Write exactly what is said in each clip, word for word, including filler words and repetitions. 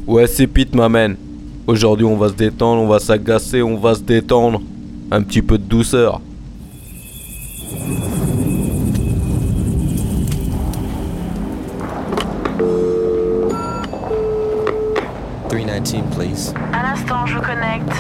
Ouais, c'est Pete, ma man. Aujourd'hui, on va se détendre, on va s'agacer, on va se détendre. Un petit peu de douceur. three nineteen, please. Un instant, je connecte.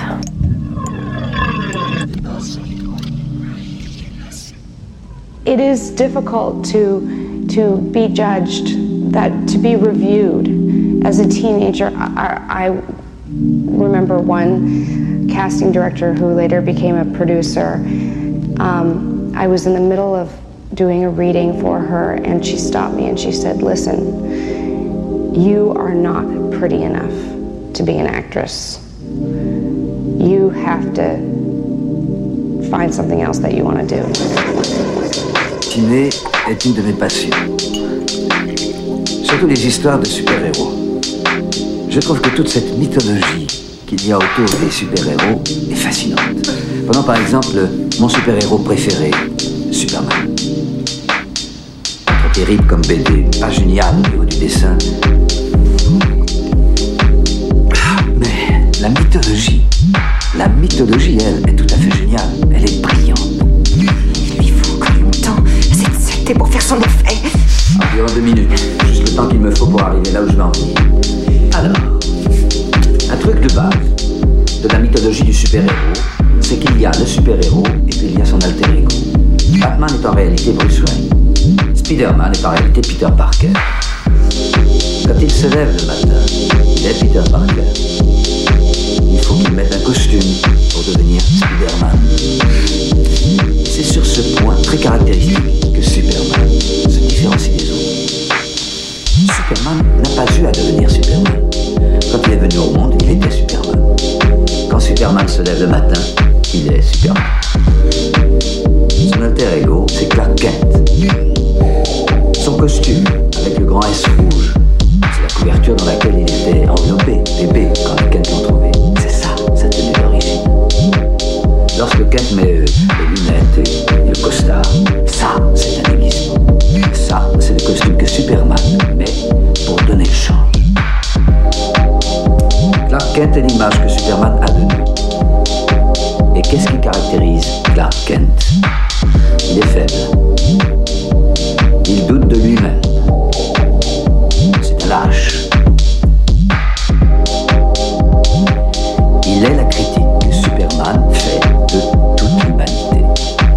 It is difficult to to be judged, that to be reviewed. As a teenager, I, I remember one casting director who later became a producer. Um, I was in the middle of doing a reading for her, and she stopped me and she said, "Listen, you are not pretty enough to be an actress. You have to find something else that you want to do." Ciné est une de mes passions. Surtout les histoires de super-héros. Je trouve que toute cette mythologie qu'il y a autour des super-héros est fascinante. Prenons par exemple mon super-héros préféré, Superman. Pas terrible comme B D, pas génial au niveau du dessin. Mais la mythologie, la mythologie, elle, est tout à fait géniale. Elle est brillante. Il lui faut combien de temps cette saleté pour faire son effet? Environ deux minutes, juste le temps qu'il me faut pour arriver là où je veux en venir. Alors, un truc de base de la mythologie du super-héros, c'est qu'il y a le super-héros et puis il y a son alter ego. Batman est en réalité Bruce Wayne. Spider-Man est en réalité Peter Parker. Quand il se lève le matin, il est Peter Parker. Il faut qu'il mette un costume pour devenir Spider-Man. C'est sur ce point très caractéristique que Superman se différencie des autres. Superman n'a pas eu à devenir Superman. Quand il est venu au monde, il était Superman. Quand Superman se lève le matin, il est Superman. Son alter ego, c'est Clark Kent. Son costume, avec le grand S rouge, c'est la couverture dans laquelle il était enveloppé, bébé, quand les Kent l'ont trouvé. C'est ça, sa tenue d'origine. Lorsque Kent met euh, les lunettes et, et le costard, ça, c'est un déguisement. Ça, c'est le costume que Superman met pour donner le change. Clark Kent est l'image que Superman a de nous. Et qu'est-ce qui caractérise Clark Kent? Il est faible. Il doute de lui-même. C'est un lâche. Il est la critique que Superman fait de toute l'humanité.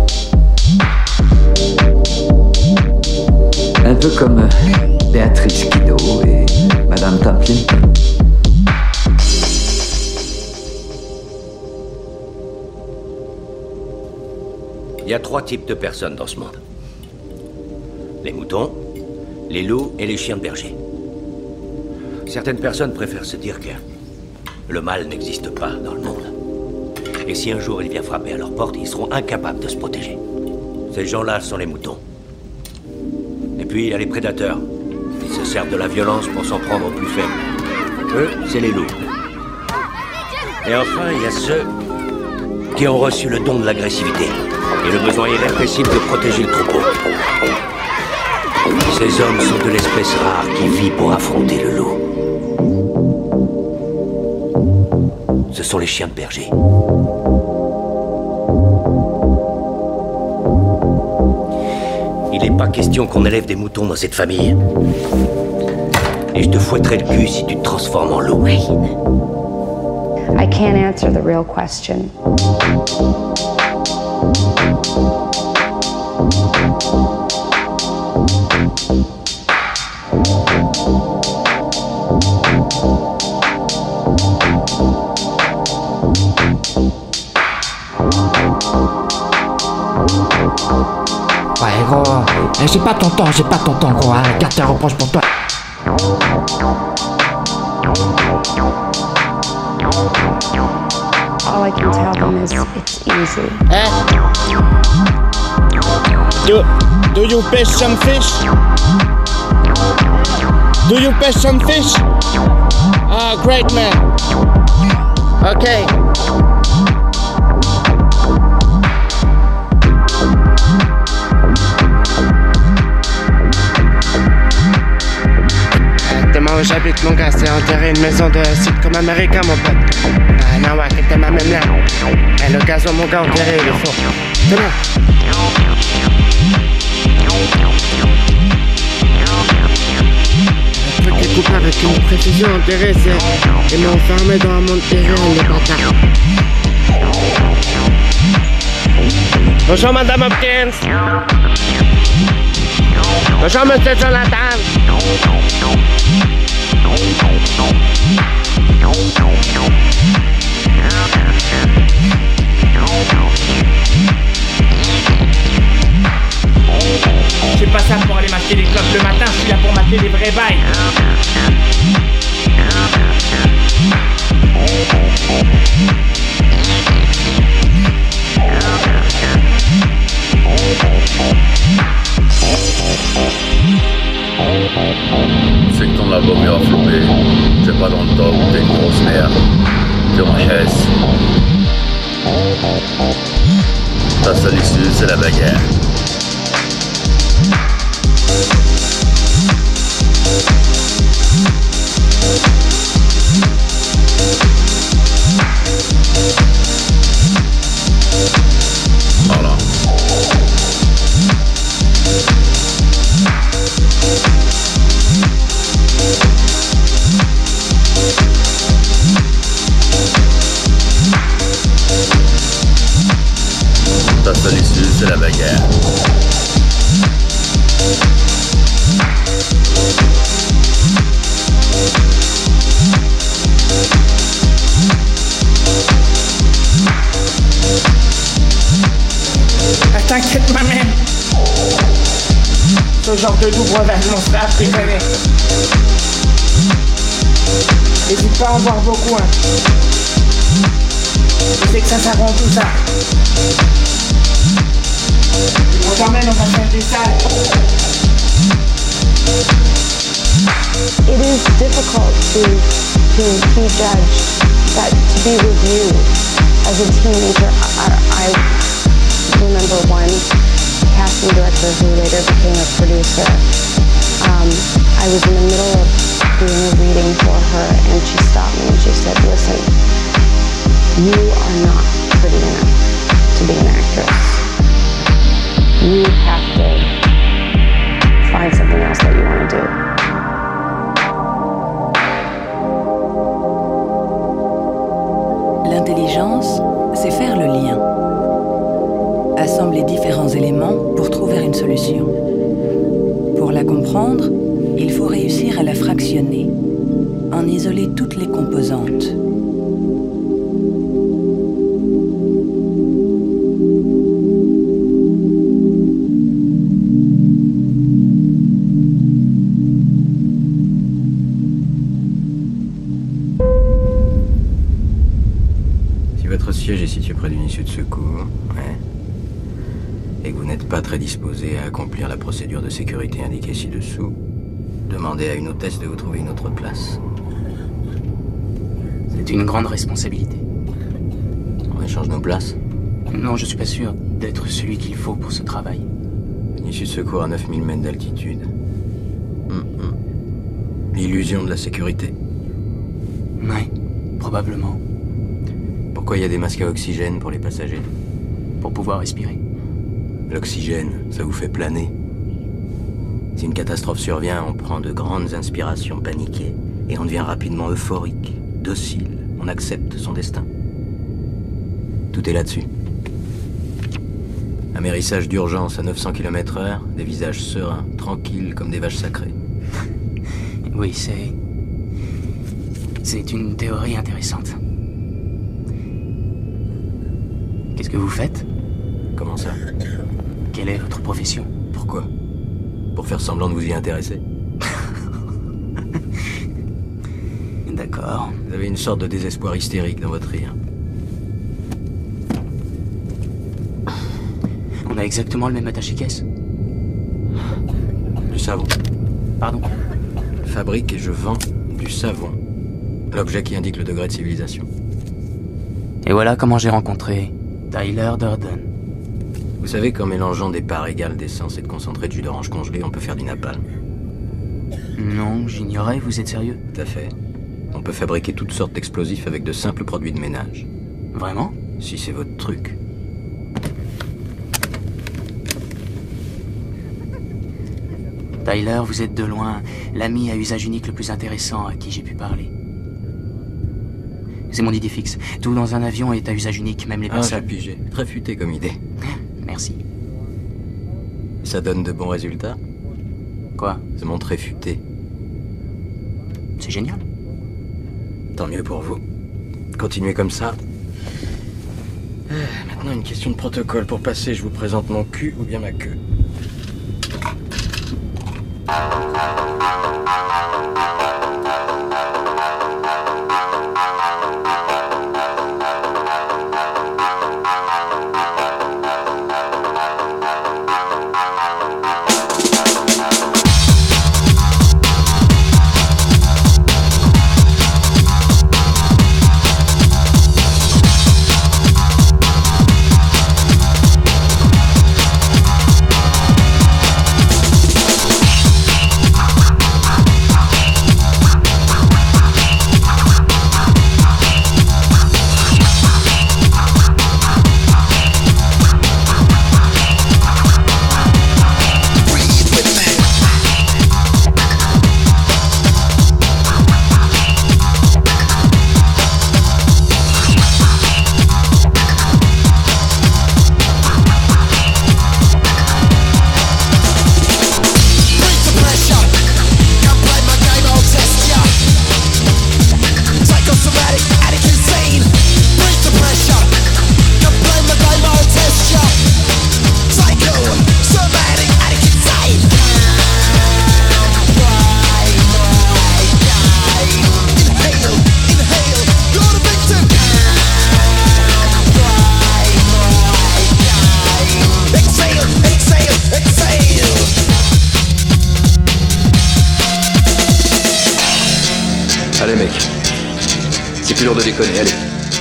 Un peu comme Béatrice Kiddo et Madame Templin. Il y a trois types de personnes dans ce monde. Les moutons, les loups et les chiens de berger. Certaines personnes préfèrent se dire que le mal n'existe pas dans le monde. Et si un jour il vient frapper à leur porte, ils seront incapables de se protéger. Ces gens-là sont les moutons. Et puis il y a les prédateurs. Ils se servent de la violence pour s'en prendre aux plus faibles. Eux, c'est les loups. Et enfin, il y a ceux qui ont reçu le don de l'agressivité et le besoin irrépressible de protéger le troupeau. Ces hommes sont de l'espèce rare qui vit pour affronter le loup. Ce sont les chiens de berger. Il n'est pas question qu'on élève des moutons dans cette famille. Et je te fouetterai le cul si tu te transformes en loup. I can't answer the real question. Ouais gros, eh, j'ai pas ton temps, j'ai pas ton temps gros, hein. Garde tes reproches pour toi. All I can tell them is it's easy. Eh? Do, do you fish some fish? Do you fish some fish? Ah, great man. Okay. où j'habite, mon gars, c'est enterré une maison de site comme américain, mon pote. Ah non, ouais, que t'es ma même là. Eh, le gazon, mon gars, enterré, il est faux. C'est bon. Le truc est coupé avec une précision enterrée, c'est... Ils m'ont enfermé dans un monde terrible, les bâtards. Bonjour, Madame Hopkins. Bonjour, Monsieur Jonathan. Je fais pas ça pour aller mater les clopes le matin, je suis là pour mater les vrais bails. C'est que ton album il a flopé, t'es pas dans le top, t'es une grosse merde, t'es en hesse. Ta seule issue, c'est la bagarre. Voilà. Ta seule issue, c'est la bagarre. T'inquiète, ma mère. Ce genre de doux breuvage m'en serait africané. N'hésite pas à en boire beaucoup, hein. Je sais que ça, ça rend tout ça. On t'emmène, on va faire des salles. It is difficult to, to be judged, that to be reviewed. As a teenager, I, I remember one casting director who later became a producer. Um, I was in the middle of doing a reading for her and she stopped me and she said, listen, you are not pretty enough to be an actress. You have to find something else that you want to do. L'intelligence, c'est faire le lien. Assembler différents éléments pour trouver une solution. Pour la comprendre, il faut réussir à la fractionner, en isoler toutes les composantes. Si votre siège est situé près d'une issue de secours, ouais, et que vous n'êtes pas très disposé à accomplir la procédure de sécurité indiquée ci-dessous, demandez à une hôtesse de vous trouver une autre place. C'est une grande responsabilité. On échange nos places? Non, je suis pas sûr d'être celui qu'il faut pour ce travail. Une issue de secours à neuf mille mètres d'altitude. Hum, hum. L'illusion de la sécurité. Ouais, probablement. Pourquoi il y a des masques à oxygène pour les passagers? Pour pouvoir respirer. L'oxygène, ça vous fait planer. Si une catastrophe survient, on prend de grandes inspirations paniquées et on devient rapidement euphorique, docile, on accepte son destin. Tout est là-dessus. Amérissage d'urgence à neuf cents kilomètres heure, des visages sereins, tranquilles comme des vaches sacrées. Oui, c'est... C'est une théorie intéressante. Qu'est-ce que vous faites? Comment ça? Quelle est votre profession? Pourquoi? Pour faire semblant de vous y intéresser. D'accord. Vous avez une sorte de désespoir hystérique dans votre rire. On a exactement le même attaché-caisse. Du savon. Pardon? Fabrique et je vends du savon. L'objet qui indique le degré de civilisation. Et voilà comment j'ai rencontré Tyler Durden. Vous savez qu'en mélangeant des parts égales d'essence et de concentré de jus d'orange congelé, on peut faire du napalm. Non, j'ignorais, vous êtes sérieux? Tout à fait. On peut fabriquer toutes sortes d'explosifs avec de simples produits de ménage. Vraiment? Si c'est votre truc. Tyler, vous êtes de loin l'ami à usage unique le plus intéressant à qui j'ai pu parler. C'est mon idée fixe. Tout dans un avion est à usage unique, même les Ah, personnes... j'ai pigé. Très futé comme idée. Merci. Ça donne de bons résultats? Quoi? C'est mon très futé. C'est génial. Tant mieux pour vous. Continuez comme ça. Euh, maintenant, une question de protocole. Pour passer, je vous présente mon cul ou bien ma queue. Allez mec, c'est plus l'heure de déconner, allez.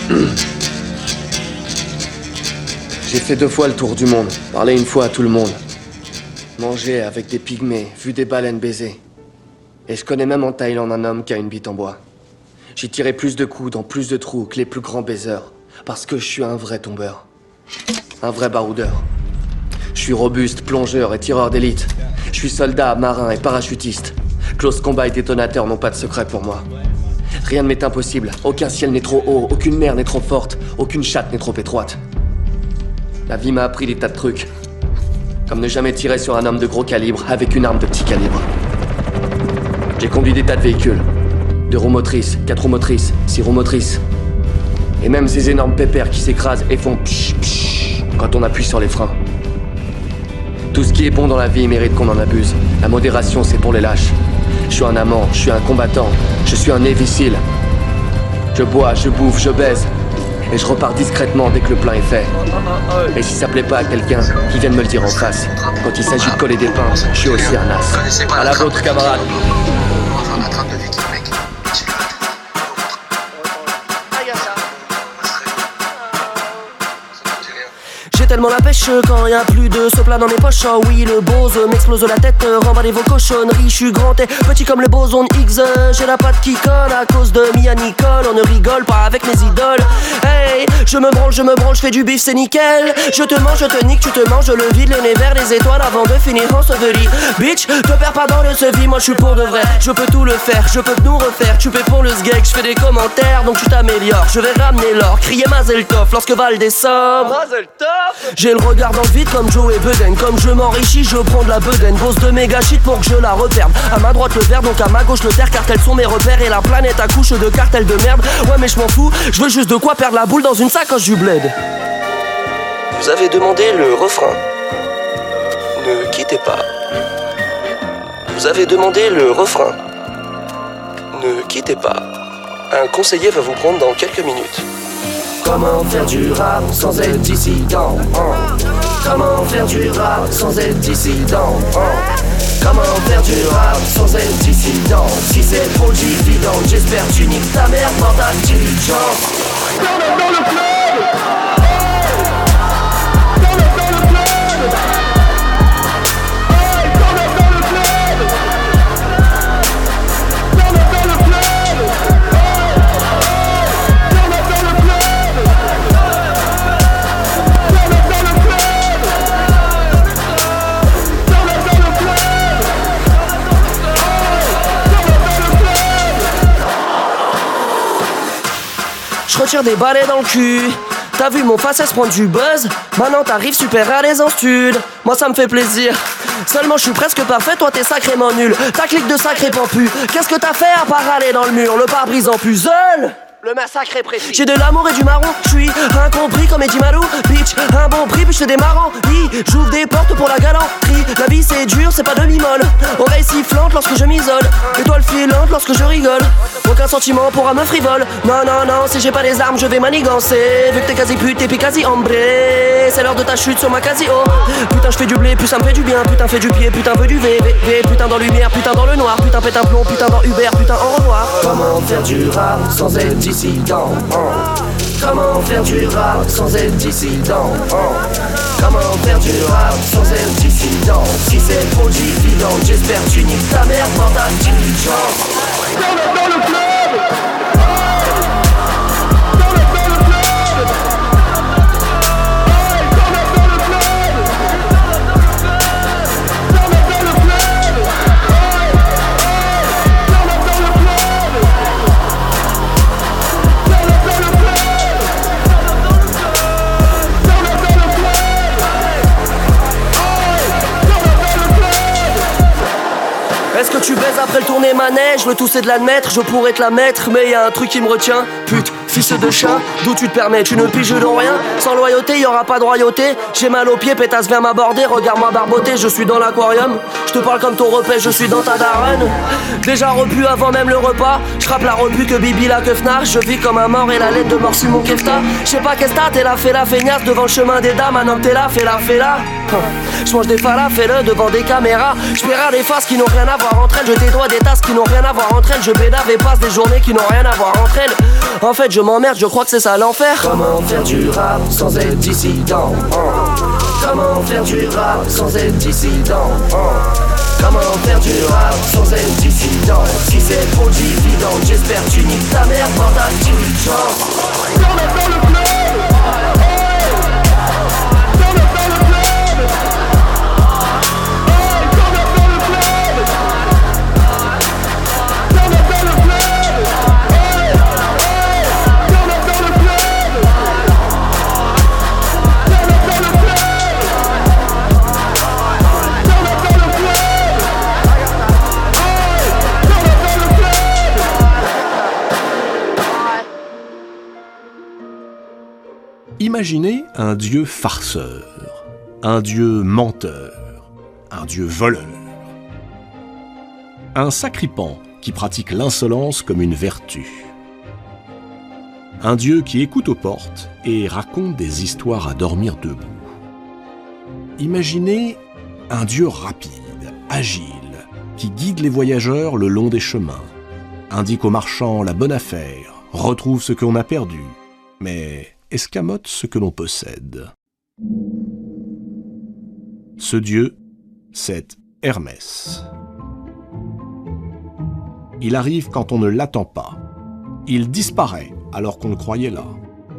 J'ai fait deux fois le tour du monde, parlé une fois à tout le monde. Mangé avec des pygmées, vu des baleines baiser. Et je connais même en Thaïlande un homme qui a une bite en bois. J'ai tiré plus de coups dans plus de trous que les plus grands baiseurs, parce que je suis un vrai tombeur. Un vrai baroudeur. Je suis robuste, plongeur et tireur d'élite. Je suis soldat, marin et parachutiste. Close combat et détonateur n'ont pas de secret pour moi. Rien ne m'est impossible, aucun ciel n'est trop haut, aucune mer n'est trop forte, aucune chatte n'est trop étroite. La vie m'a appris des tas de trucs. Comme ne jamais tirer sur un homme de gros calibre avec une arme de petit calibre. J'ai conduit des tas de véhicules. Deux roues motrices, quatre roues motrices, six roues motrices. Et même ces énormes pépères qui s'écrasent et font psh psh quand on appuie sur les freins. Tout ce qui est bon dans la vie mérite qu'on en abuse. La modération, c'est pour les lâches. Je suis un amant, je suis un combattant, je suis un Navy Seal. Je bois, je bouffe, je baise. Et je repars discrètement dès que le plein est fait. Et si ça plaît pas à quelqu'un, qui vienne me le dire en face. Quand il s'agit de coller des pains, je suis aussi un as. À la vôtre, camarade. J'ai tellement la pêche quand y a plus de sopla dans mes poches. Oh oui, le Bose m'explose la tête, remballez vos cochonneries. Je suis grand et petit comme le boson Higgs. J'ai la patte qui colle à cause de Mia Nicole. On ne rigole pas avec mes idoles. Hey, je me branle, je me branle, je fais du bif, c'est nickel. Je te mange, je te nique, tu te manges le vide, le nez vers les étoiles avant de finir enseveli. Bitch, te perds pas dans le sevi, moi je suis pour de vrai. Je peux tout le faire, je peux nous refaire. Tu paies pour le sgeg, je fais des commentaires, donc tu t'améliores. Je vais ramener l'or, crier Mazel Tov lorsque Val descend. Mazel Tov. J'ai le regard dans le vide comme Joe et Beden. Comme je m'enrichis, je prends de la bedaine. Pose de méga shit pour que je la reperde. À ma droite le verre, donc à ma gauche le terre. Car tels sont mes repères et la planète accouche de cartels de merde. Ouais mais je m'en fous, je veux juste de quoi perdre la boule dans une sacoche du bled. Vous avez demandé le refrain. Ne quittez pas. Vous avez demandé le refrain. Ne quittez pas. Un conseiller va vous prendre dans quelques minutes. Comment faire du rap sans être dissident, hein? Comment faire du rap sans être dissident, hein? Comment faire du rap sans être dissident? Si c'est trop dividende, j'espère tu niques ta mère dans ta diligence. Dans le club. tire des balais dans le cul. T'as vu mon faciès prendre du buzz? Maintenant t'arrives super à l'aise en stud. Moi ça me fait plaisir. Seulement je suis presque parfait, toi t'es sacrément nul. Ta clique de sacré pampu. Qu'est-ce que t'as fait à part aller dans le mur? Le pare-brise en puzzle. Le massacre est précis. J'ai de l'amour et du marron, j'suis incompris comme Eddie Malou. Bitch, un bon prix, puis j'fais des marrants. Oui, j'ouvre des portes pour la galanterie. La vie c'est dur, c'est pas demi-molle. Oreille sifflante lorsque je m'isole. Étoile filante lorsque je rigole. Aucun sentiment pour un me frivole. Non, non, non, si j'ai pas les armes, je vais manigancer. Vu que t'es quasi pute et puis quasi ambré. C'est l'heure de ta chute sur ma casio. Putain, j'fais du blé, plus ça me fait du bien. Putain, fais du pied, putain, veux du V. V, putain dans lumière, putain dans le noir. Putain, pète un plomb, putain dans Uber, putain, au revoir. Comment faire du rap sans être dissident? Comment faire du rap sans être dissident? Comment faire du rap sans être dissident? Si c'est trop dividende, j'espère que tu niques ta mère pour ta diligence. Dans le, dans le club. Dans le, dans le club. Dans le, dans le club. Dans le, dans le club. Dans le, dans le club. Est-ce que tu baises après le tourner manège? Le tout c'est de l'admettre, je pourrais te la mettre. Mais y'a un truc qui me retient. Pute, fils de chat, d'où tu te permets? Tu ne piges dans rien. Sans loyauté, y'aura pas de royauté. J'ai mal aux pieds, pétasse vient m'aborder. Regarde-moi barboter, je suis dans l'aquarium. Je te parle comme ton repère, je suis dans ta daronne. Déjà repu avant même le repas. Je frappe la repu que Bibi la keufnard. Je vis comme un mort et la lettre de mort sur mon kefta. Je sais pas qu'est-ce que t'as, t'es là, fais la feignasse devant le chemin des dames. Un homme t'es là, fais la, fais la. Je mange des falas, fais-le devant des caméras. Je paierai des faces qui n'ont rien à voir entre elles. Je dédois des tasses qui n'ont rien à voir entre elles. Je bédave et passe des journées qui n'ont rien à voir entre elles. En fait je m'emmerde, je crois que c'est ça l'enfer. Comment faire du rap sans être dissident? Comment faire du rap sans être dissident? Comment faire du rap sans être dissident? Si c'est trop dividende, j'espère que tu niques ta mère pour ta diligence. Dans le, dans le club. Dans le, dans le club. Dans le, dans le club. Dans le, dans le club. Dans le, dans le club. Dans le, dans le club. Imaginez un dieu farceur, un dieu menteur, un dieu voleur, un sacripant qui pratique l'insolence comme une vertu, un dieu qui écoute aux portes et raconte des histoires à dormir debout. Imaginez un dieu rapide, agile, qui guide les voyageurs le long des chemins, indique aux marchands la bonne affaire, retrouve ce qu'on a perdu, mais escamote ce que l'on possède. Ce dieu, c'est Hermès. Il arrive quand on ne l'attend pas. Il disparaît alors qu'on le croyait là.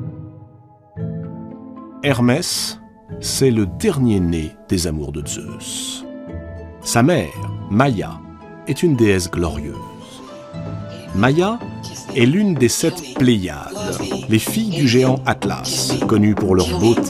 Hermès, c'est le dernier-né des amours de Zeus. Sa mère, Maïa, est une déesse glorieuse. Maïa est l'une des sept Pléiades, les filles du géant Atlas, connues pour leur beauté.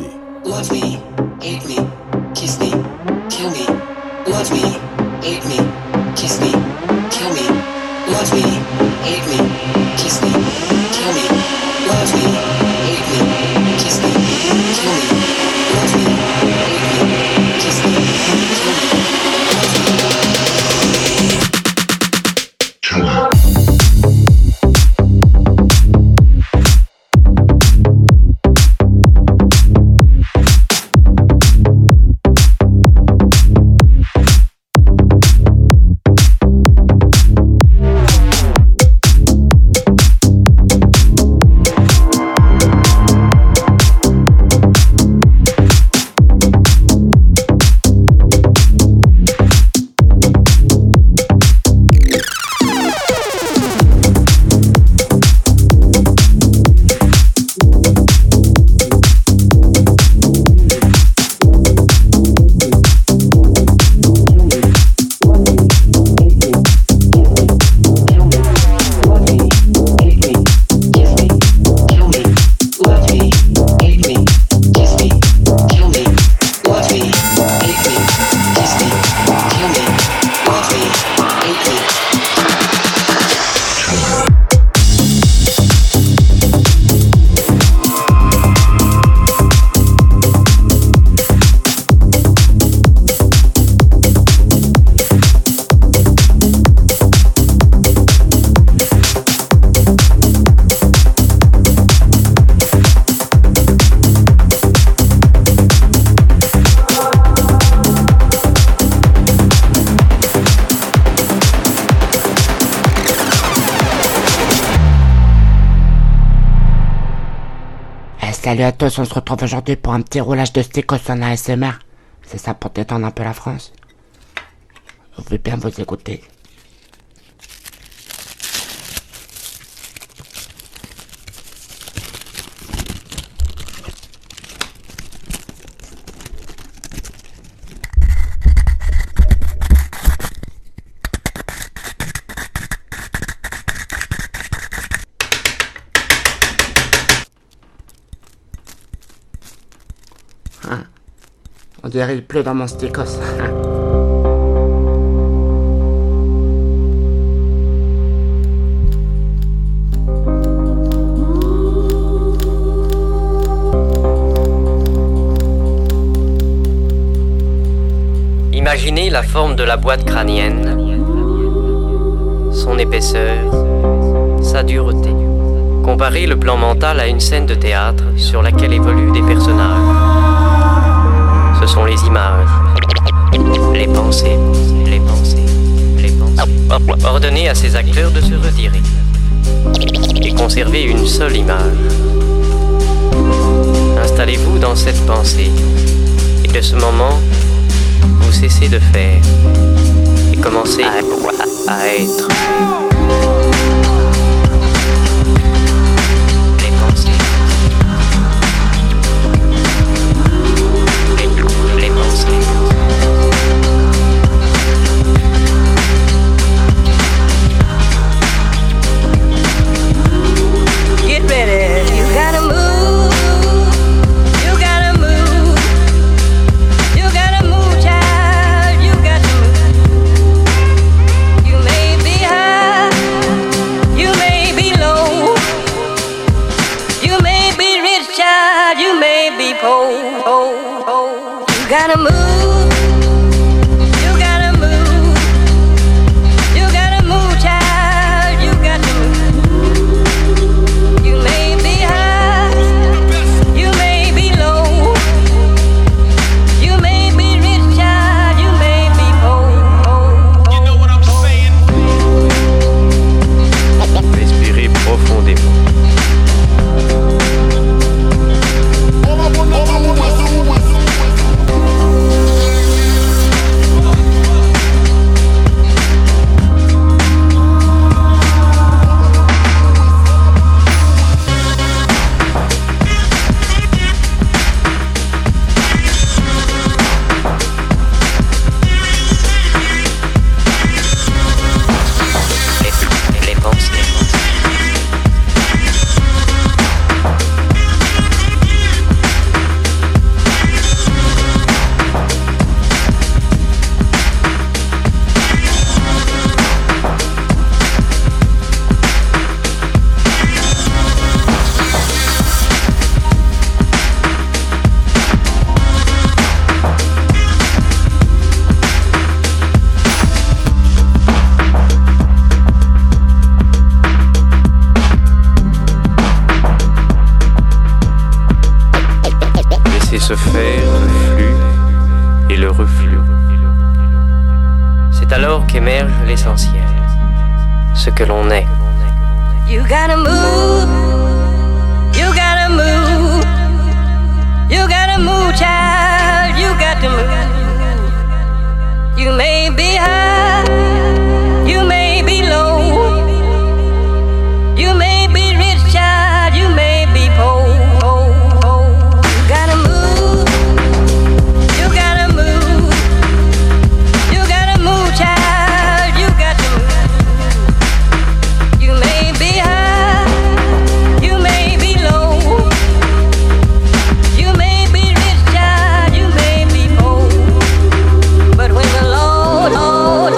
Salut à tous, on se retrouve aujourd'hui pour un petit roulage de sticos en A S M R. C'est ça pour détendre un peu la France. Je veux bien vous écouter. Ah. On dirait il pleut dans mon sticos. Imaginez la forme de la boîte crânienne, son épaisseur, sa dureté. Comparez le plan mental à une scène de théâtre sur laquelle évoluent des personnages. Ce sont les images, les pensées, les pensées, les pensées. Ordonnez à ces acteurs de se retirer et conservez une seule image. Installez-vous dans cette pensée et de ce moment, vous cessez de faire et commencez à, à être. Les pensées. Les, les pensées. Get ready, you gotta move. You gotta move. You gotta move, child. You got to move. You may be high. You may be low. You may be rich, child. You may be poor. You gotta move. You gotta move. You gotta move, child. You got to move. You may be high. You may be low. You may be rich, child. You may be poor. You know what I'm saying? Respirez profondément. Les, les pensées. Laissez se faire le flux et le reflux. C'est alors qu'émerge l'essentiel, ce que l'on est. You gotta move. You gotta move. You gotta move, child. You got to move. You may be high. You may be low. You may be rich, child. You may be poor. You gotta move. You gotta move. You gotta move, child. You got to move. You may be high. You may be low. You may be rich, child. You may be poor. But when the Lord, Lord,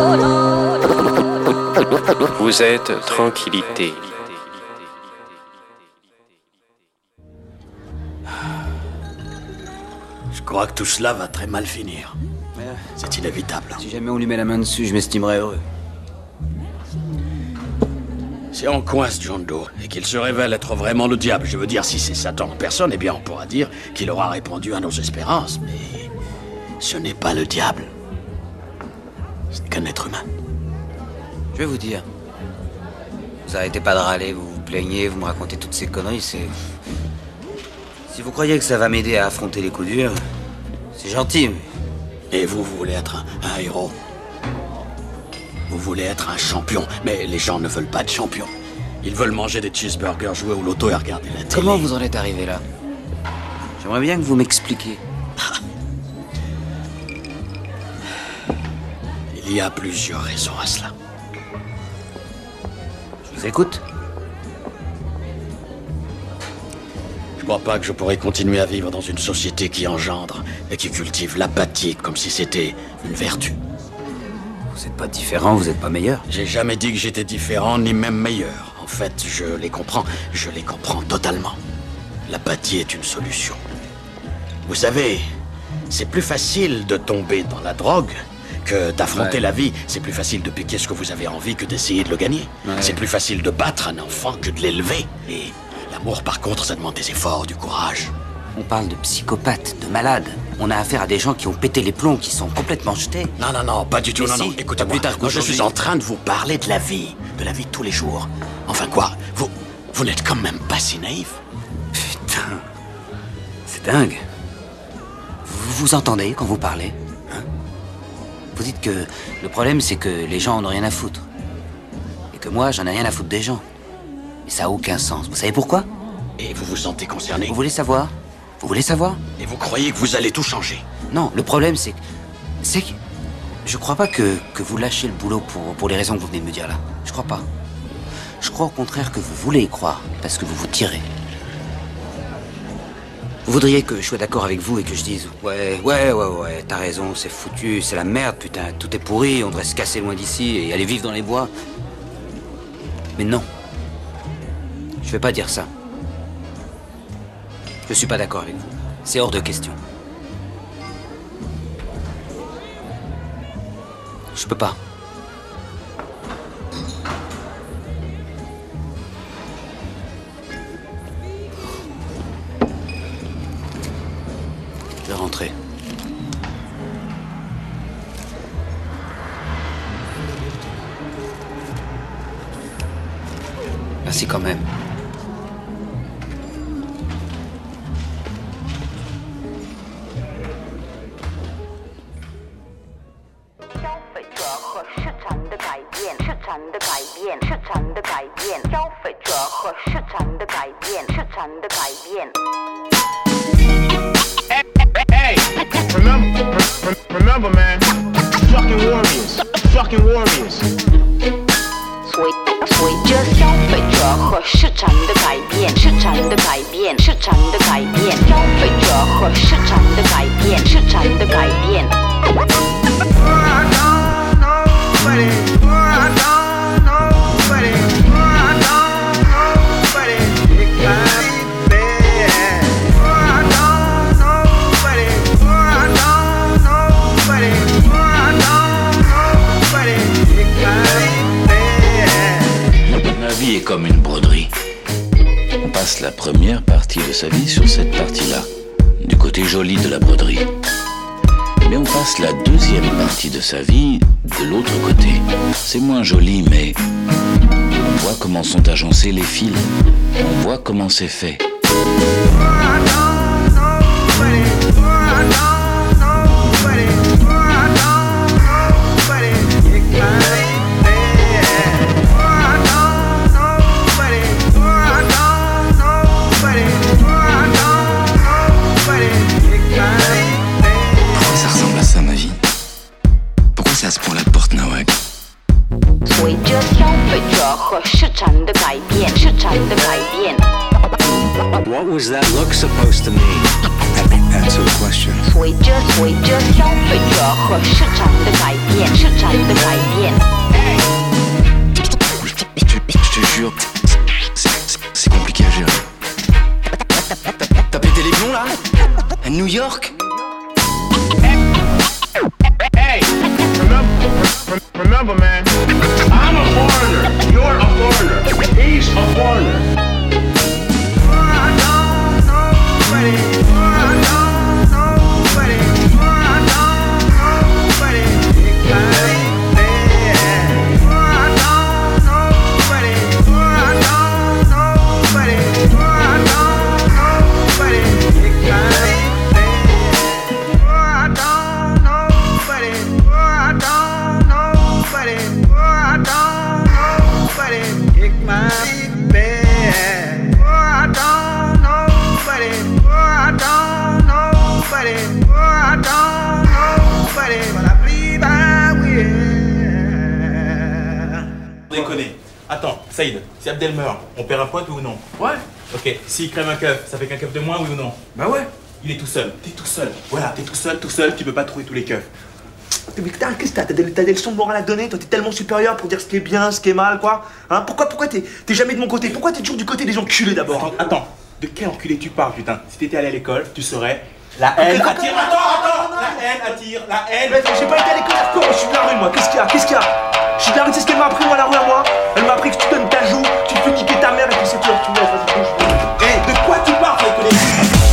Lord, Lord. Vous êtes tranquillité. Je crois que tout cela va très mal finir. C'est inévitable. Si jamais on lui met la main dessus, je m'estimerais heureux. Si on coince John Doe et qu'il se révèle être vraiment le diable, je veux dire, si c'est Satan en personne, eh bien on pourra dire qu'il aura répondu à nos espérances, mais ce n'est pas le diable. C'est qu'un être humain. Je vais vous dire. Vous arrêtez pas de râler, vous vous plaignez, vous me racontez toutes ces conneries, c'est... Si vous croyez que ça va m'aider à affronter les coups durs, c'est gentil, mais... Et vous, vous voulez être un, un héros. Vous voulez être un champion, mais les gens ne veulent pas de champion. Ils veulent manger des cheeseburgers, jouer au loto et regarder la télé. Comment vous en êtes arrivé là? J'aimerais bien que vous m'expliquiez. Il y a plusieurs raisons à cela. Je vous écoute. Je crois pas que je pourrais continuer à vivre dans une société qui engendre et qui cultive l'apathie comme si c'était une vertu. Vous n'êtes pas différent, vous n'êtes pas meilleur. J'ai jamais dit que j'étais différent, ni même meilleur. En fait, je les comprends. Je les comprends totalement. L'apathie est une solution. Vous savez, c'est plus facile de tomber dans la drogue que d'affronter Ouais. la vie. C'est plus facile de piquer ce que vous avez envie que d'essayer de le gagner. Ouais. C'est plus facile de battre un enfant que de l'élever. Et l'amour, par contre, ça demande des efforts, du courage. On parle de psychopathes, de malades. On a affaire à des gens qui ont pété les plombs, qui sont complètement jetés. Non, non, non, pas du tout, Mais non, si, non. Écoutez-moi, pas plus tard moi, je qu'aujourd'hui. suis en train de vous parler de la vie, de la vie de tous les jours. Enfin quoi, vous, vous n'êtes quand même pas si naïf. Putain, c'est dingue. Vous vous entendez quand vous parlez, hein? Vous dites que le problème, c'est que les gens en ont rien à foutre. Et que moi, j'en ai rien à foutre des gens. Mais ça a aucun sens. Vous savez pourquoi? Et vous vous sentez concerné? Vous voulez savoir? Vous voulez savoir? Et vous croyez que vous allez tout changer? Non, le problème, c'est que... C'est que... Je crois pas que, que vous lâchez le boulot pour, pour les raisons que vous venez de me dire là. Je crois pas. Je crois au contraire que vous voulez y croire, parce que vous vous tirez. Vous voudriez que je sois d'accord avec vous et que je dise « Ouais, ouais, ouais, ouais, t'as raison, c'est foutu, c'est la merde, putain, tout est pourri, on devrait se casser loin d'ici et aller vivre dans les bois. » Mais non. Je vais pas dire ça. Je suis pas d'accord avec vous. C'est hors de question. Je peux pas. Je vais rentrer. Merci quand même. Hey, remember, re- remember, man, fucking warriors, fucking warriors. 随随着消费者和市场的改变，市场的改变，市场的改变，消费者和市场的改变，市场的改变。 La vie est comme une broderie. On passe la première partie de sa vie sur cette partie-là, du côté joli de la broderie. Mais on passe la deuxième partie de sa vie de l'autre côté. C'est moins joli, mais on voit comment sont agencés les fils. On voit comment c'est fait. Pourquoi ça ressemble à ça, ma vie? Pourquoi c'est à ce point-là de Porte-Nawak? 随着消费者和市场的改变，市场的改变。 What was that look supposed to mean? That's a question. 随着随着消费者和市场的改变，市场的改变。 Je te jure, c'est- c'est c'est compliqué à gérer. T'as pété les plombs là? À New York? Hey, remember, re- remember, man, I'm a foreigner. You're a foreigner. He's a foreigner. Attends, Saïd, si Abdel meurt, on perd un point, oui ou non? Ouais. Ok, s'il crève un keuf, ça fait qu'un keuf de moins, oui ou non? Bah ouais. Il est tout seul, t'es tout seul. Voilà, t'es tout seul, tout seul, tu peux pas trouver tous les keufs. Mais putain, qu'est-ce que t'as? T'as des, t'as des leçons de morale à donner? Toi, t'es tellement supérieur pour dire ce qui est bien, ce qui est mal, quoi. Hein? Pourquoi, pourquoi t'es, t'es jamais de mon côté? Pourquoi t'es toujours du côté des enculés d'abord? Attends, attends, de quel enculé tu parles, putain? Si t'étais allé à l'école, tu saurais. La haine Okay, attire. attends, Attends, attends, la haine attire, la haine. Mais j'ai pas été à l'école hardcore, je suis de la rue, moi. Qu'est-ce qu'il y a? Qu'est-ce qu'il y a? Je suis de la rue, c'est ce qu'elle m'a appris, moi, la rue à moi. Elle m'a appris que tu donnes ta joue, tu te fais niquer ta mère et puis c'est tout. Tu me laisses, vas-y, bouge. Eh, de quoi tu parles, avec les...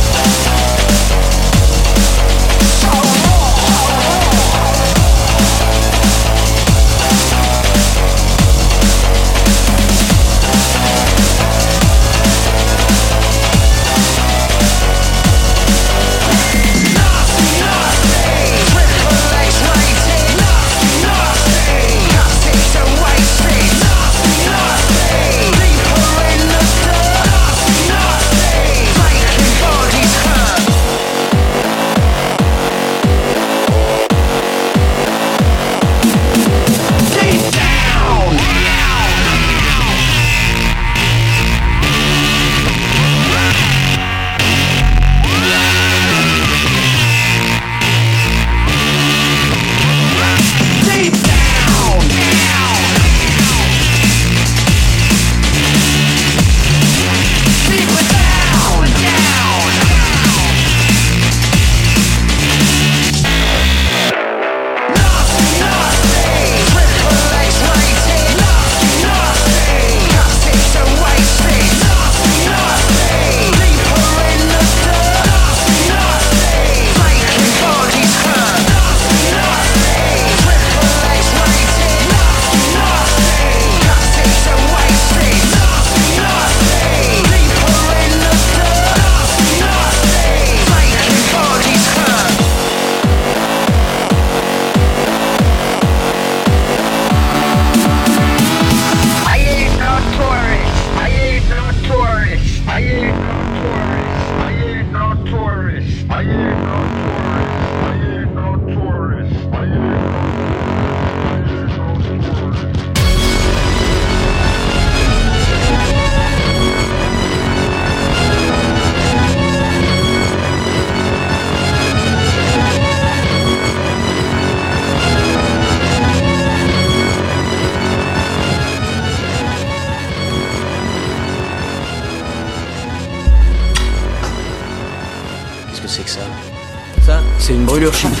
C'est une brûlure chimique.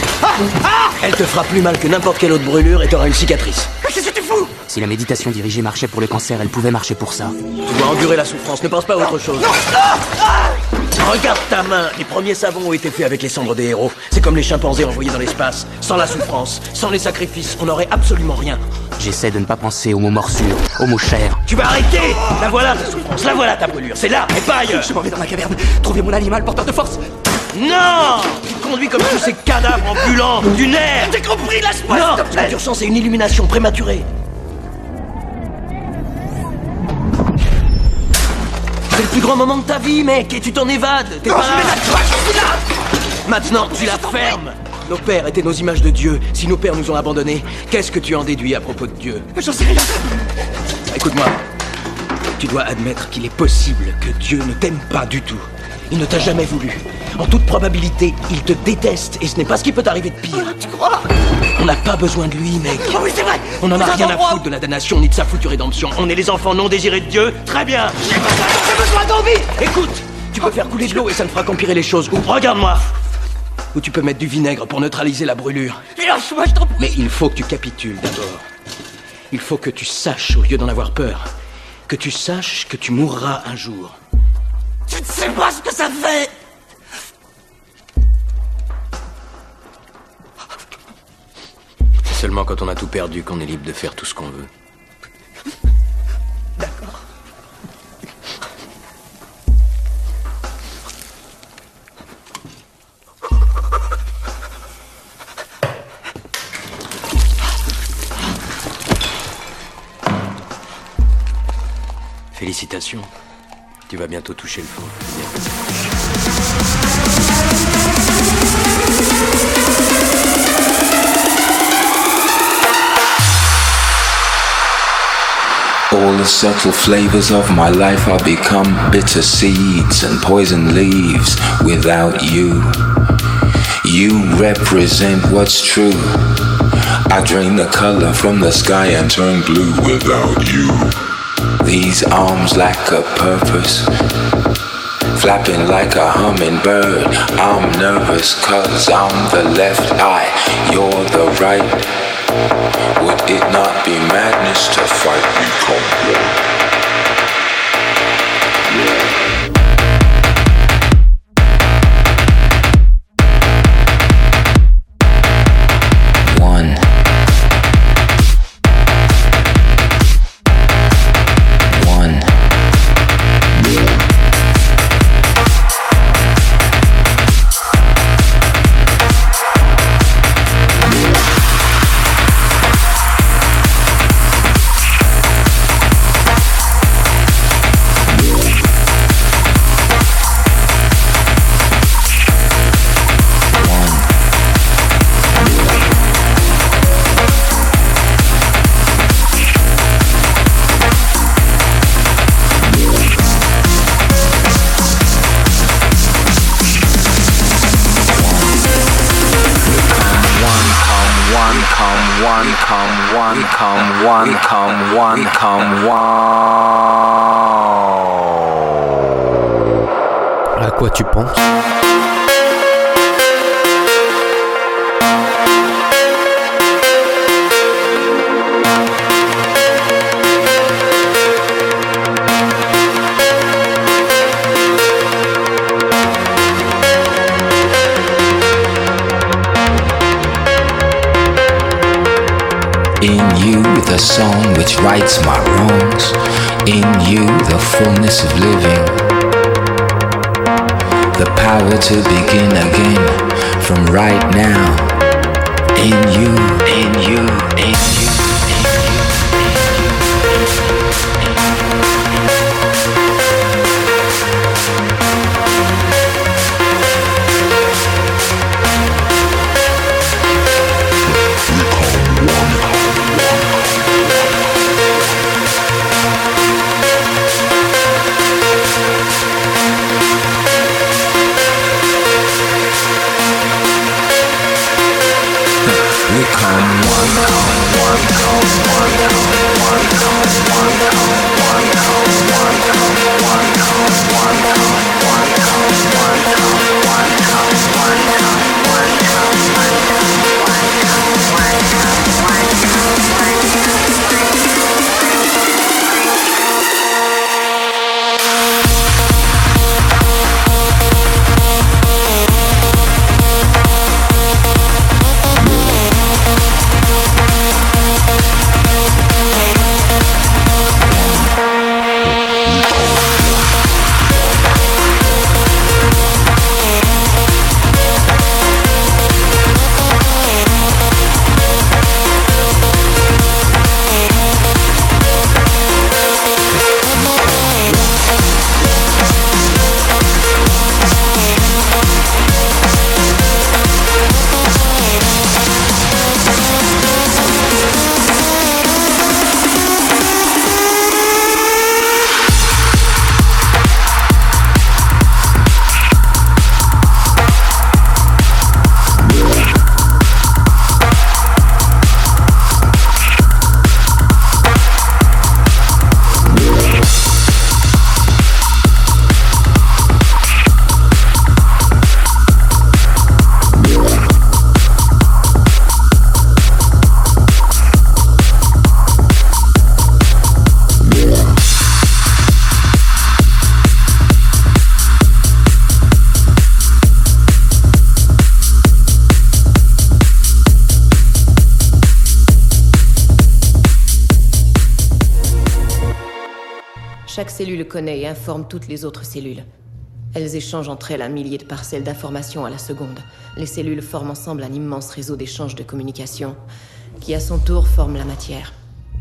Elle te fera plus mal que n'importe quelle autre brûlure et t'auras une cicatrice. Qu'est-ce que tu fous? Si la méditation dirigée marchait pour le cancer, elle pouvait marcher pour ça. Tu dois endurer la souffrance, ne pense pas à autre chose. Regarde ta main. Les premiers savons ont été faits avec les cendres des héros. C'est comme les chimpanzés envoyés dans l'espace. Sans la souffrance, sans les sacrifices, on n'aurait absolument rien. J'essaie de ne pas penser aux mots morsures, aux mots chers. Tu vas arrêter. La voilà ta souffrance, la voilà ta brûlure. C'est là et pas ailleurs. Je m'en vais dans ma caverne, trouver mon animal porteur de force. Non! Tu conduis comme tous ces cadavres ambulants du nerf! J'ai compris, lâche-moi! Non! La tursan, c'est une illumination prématurée. C'est le plus grand moment de ta vie, mec, et tu t'en évades! T'es non, pas je mets la toi, je suis là! Maintenant, tu la fermes! Nos pères étaient nos images de Dieu. Si nos pères nous ont abandonnés, qu'est-ce que tu en déduis à propos de Dieu? J'en sais rien! Écoute-moi. Tu dois admettre qu'il est possible que Dieu ne t'aime pas du tout. Il ne t'a jamais voulu. En toute probabilité, il te déteste et ce n'est pas ce qui peut t'arriver de pire. Oh, tu crois? On n'a pas besoin de lui, mec. Oh oui, c'est vrai. On n'en a Vous rien à droit. foutre de la damnation ni de sa foutue rédemption. On est les enfants non désirés de Dieu. Très bien. J'ai besoin, j'ai besoin d'envie. Écoute, tu peux faire couler de l'eau et ça ne fera qu'empirer les choses. Ou regarde-moi. Ou tu peux mettre du vinaigre pour neutraliser la brûlure. Lâche-moi, je t'en prie. Mais il faut que tu capitules d'abord. Il faut que tu saches, au lieu d'en avoir peur, que tu saches que tu mourras un jour. Tu ne sais pas ce que ça fait. C'est seulement quand on a tout perdu qu'on est libre de faire tout ce qu'on veut. D'accord. Félicitations. Tu vas bientôt toucher le fond. All the subtle flavors of my life are become bitter seeds and poison leaves without you. You represent what's true. I drain the color from the sky and turn blue without you. These arms lack a purpose, flapping like a hummingbird. I'm nervous cause I'm the left eye, you're the right. Would it not be madness to fight become one? One, come one, come one. À quoi tu penses? In you, the song which rights my wrongs. In you, the fullness of living. The power to begin again from right now. In you, in you, in you. Chaque cellule connaît et informe toutes les autres cellules. Elles échangent entre elles un millier de parcelles d'informations à la seconde. Les cellules forment ensemble un immense réseau d'échanges de communication, qui à son tour forme la matière.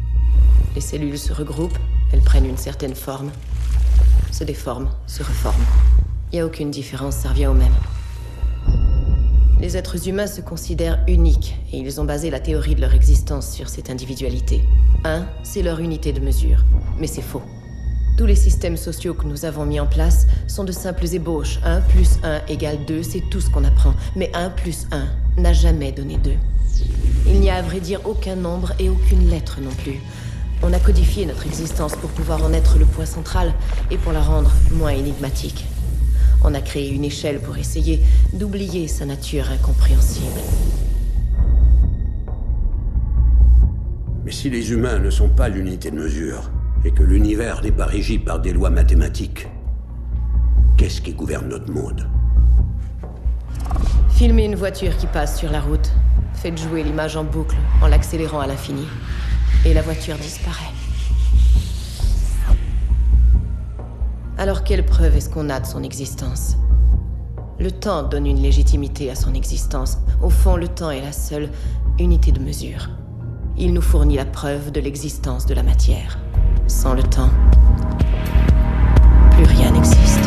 Les cellules se regroupent, elles prennent une certaine forme, se déforment, se reforment. Il n'y a aucune différence, ça revient au même. Les êtres humains se considèrent uniques et ils ont basé la théorie de leur existence sur cette individualité. Un, c'est leur unité de mesure. Mais c'est faux. Tous les systèmes sociaux que nous avons mis en place sont de simples ébauches. un plus un égale deux, c'est tout ce qu'on apprend. Mais un plus un n'a jamais donné deux. Il n'y a à vrai dire aucun nombre et aucune lettre non plus. On a codifié notre existence pour pouvoir en être le point central et pour la rendre moins énigmatique. On a créé une échelle pour essayer d'oublier sa nature incompréhensible. Mais si les humains ne sont pas l'unité de mesure, et que l'univers n'est pas régi par des lois mathématiques, qu'est-ce qui gouverne notre monde? Filmez une voiture qui passe sur la route. Faites jouer l'image en boucle en l'accélérant à l'infini. Et la voiture disparaît. Alors quelle preuve est-ce qu'on a de son existence? Le temps donne une légitimité à son existence. Au fond, le temps est la seule unité de mesure. Il nous fournit la preuve de l'existence de la matière. Sans le temps, plus rien n'existe.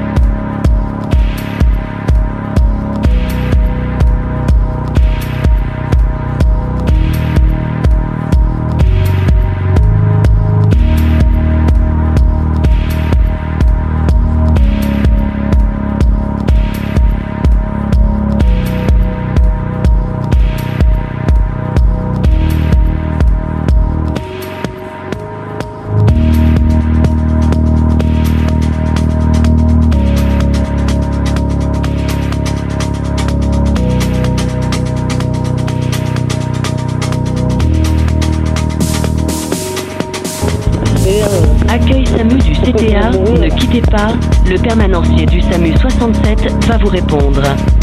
Accueil SAMU du C T A, ne quittez pas, le permanencier du SAMU soixante-sept va vous répondre.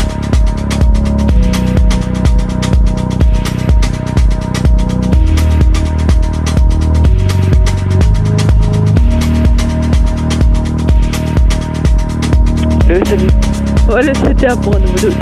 Le SAMU. Ouais, le C T A pour un nouveau dossier.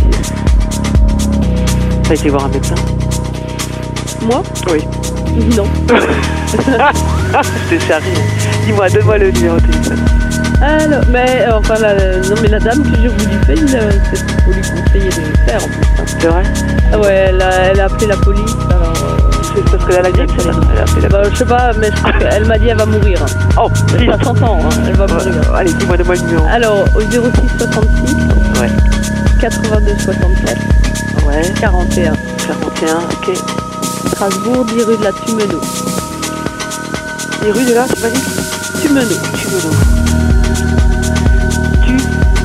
T'as été voir un médecin? Moi? Oui. Non. C'était sérieux. Dis-moi, donne-moi le numéro de téléphone. Alors, mais euh, enfin, la, non, mais la dame que j'ai voulu faire, euh, c'est pour lui conseiller de le faire en plus. Hein. C'est vrai? Ouais, elle a, elle a appelé la police, alors. Euh, c'est parce qu'elle a la grippe, celle-là. Elle a appelé la bah, je sais pas, mais je crois qu'elle m'a dit elle va mourir. Oh, c'est pas cent ans, hein, elle va mourir. Ouais, allez, dis-moi, donne-moi le numéro. Alors, au zéro six soixante-six. Ouais. quatre-vingt-deux soixante-sept. Ouais. quarante et un. quarante et un, ok. Strasbourg, dix rue de la Tumeno. dix rue de la, tu m'as dit? Tumeno. Tumeno. Tu.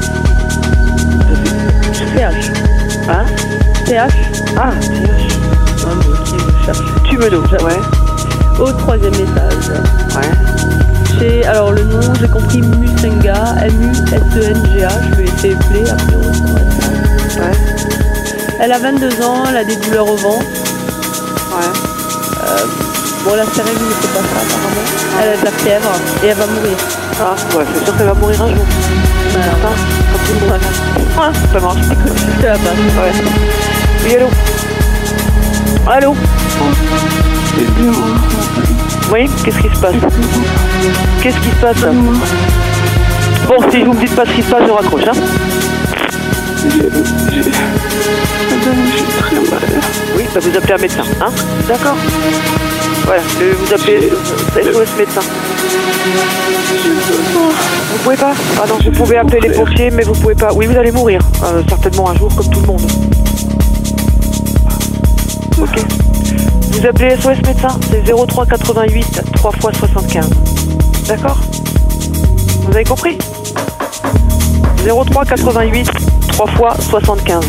T H. Hein? T H. Ah, T H. Ah, moi qui je cherche. Tumeno, ouais. Au troisième étage. Ouais. Chez, alors le nom, j'ai compris Musenga, M U S E N G A, je lui ai fait appeler, a priori, ça va être ça. Ouais. Elle a vingt-deux ans, elle a des douleurs au ventre. Ouais. Euh, bon, la sérène ne fait pas ça, apparemment. Elle a de la fièvre et elle va mourir. Ah, ouais, c'est sûr qu'elle va mourir un jour. Ouais. Certain, quand tout le monde va faire. Ouais, ça marche. Écoute, je te la passe. Ouais. Oui, allô? Allô? Oui, qu'est-ce qui se passe? Qu'est-ce qui se passe? Bon, si vous me dites pas ce qui se passe, je raccroche, hein? J'ai... j'ai... Madame, je suis très malade. Oui, bah vous appelez un médecin, hein? D'accord. Voilà, euh, vous appelez S O S médecin. Vous pouvez pas? Ah non, vous pouvez appeler les pompiers, mais vous pouvez pas. Oui, vous allez mourir, euh, certainement un jour, comme tout le monde. Ok. Vous appelez S O S médecin, c'est zéro trois quatre-vingt-huit trois fois soixante-quinze. D'accord? Vous avez compris? zéro trois quatre-vingt-huit trois fois soixante-quinze.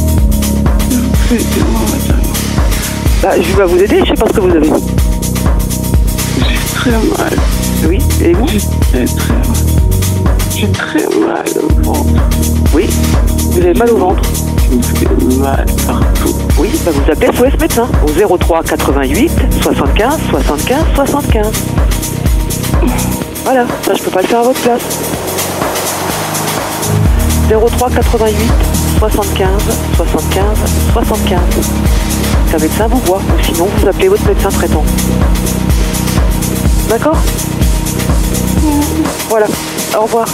Bah, je vais vous aider, je sais pas ce que vous avez. J'ai très mal. Oui, et vous? J'ai très très mal. J'ai très mal au ventre. Oui, vous avez mal au ventre? Je me fais mal partout. Oui, bah vous appelez S O S médecin au zéro trois quatre-vingt-huit soixante-quinze soixante-quinze soixante-quinze. Voilà, ça je peux pas le faire à votre place. zéro trois quatre-vingt-huit soixante-quinze soixante-quinze soixante-quinze. Un médecin vous voit, ou sinon vous appelez votre médecin traitant. D'accord? Voilà, au revoir.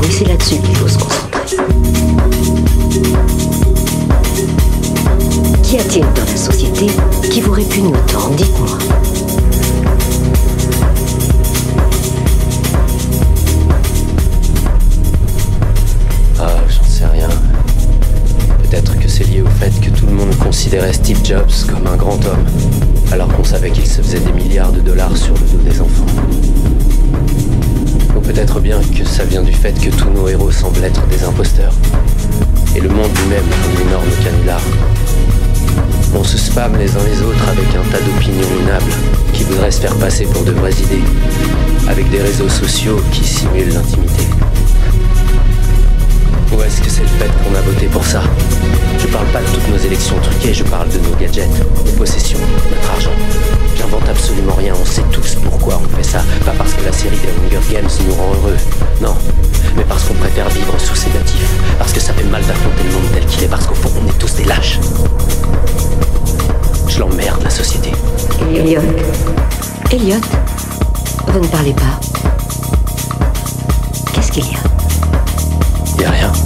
vous et c'est là-dessus qu'il faut se concentrer. Qu'y a-t-il dans la société qui vous répugne autant? Dites-moi. Ah, j'en sais rien. Peut-être que c'est lié au fait que tout le monde considérait Steve Jobs comme un grand homme, alors qu'on savait qu'il se faisait des milliards de dollars sur le dos des enfants. Ou peut-être bien que ça vient du fait que tous nos héros semblent être des imposteurs, et le monde lui-même un énorme canular. On se spamme les uns les autres avec un tas d'opinions minables qui voudraient se faire passer pour de vraies idées, avec des réseaux sociaux qui simulent l'intimité. Ou est-ce que c'est le fait qu'on a voté pour ça? Je parle pas de toutes nos élections truquées, je parle de nos gadgets, nos possessions, notre argent. J'invente absolument rien, on sait tous pourquoi on fait ça. Pas parce que la série des Hunger Games nous rend heureux, non. Mais parce qu'on préfère vivre sous sédatif. Parce que ça fait mal d'affronter le monde tel qu'il est. Parce qu'au fond, on est tous des lâches. Je l'emmerde, la société. Elliot. Elliot, vous ne parlez pas. Qu'est-ce qu'il y a? Y a rien.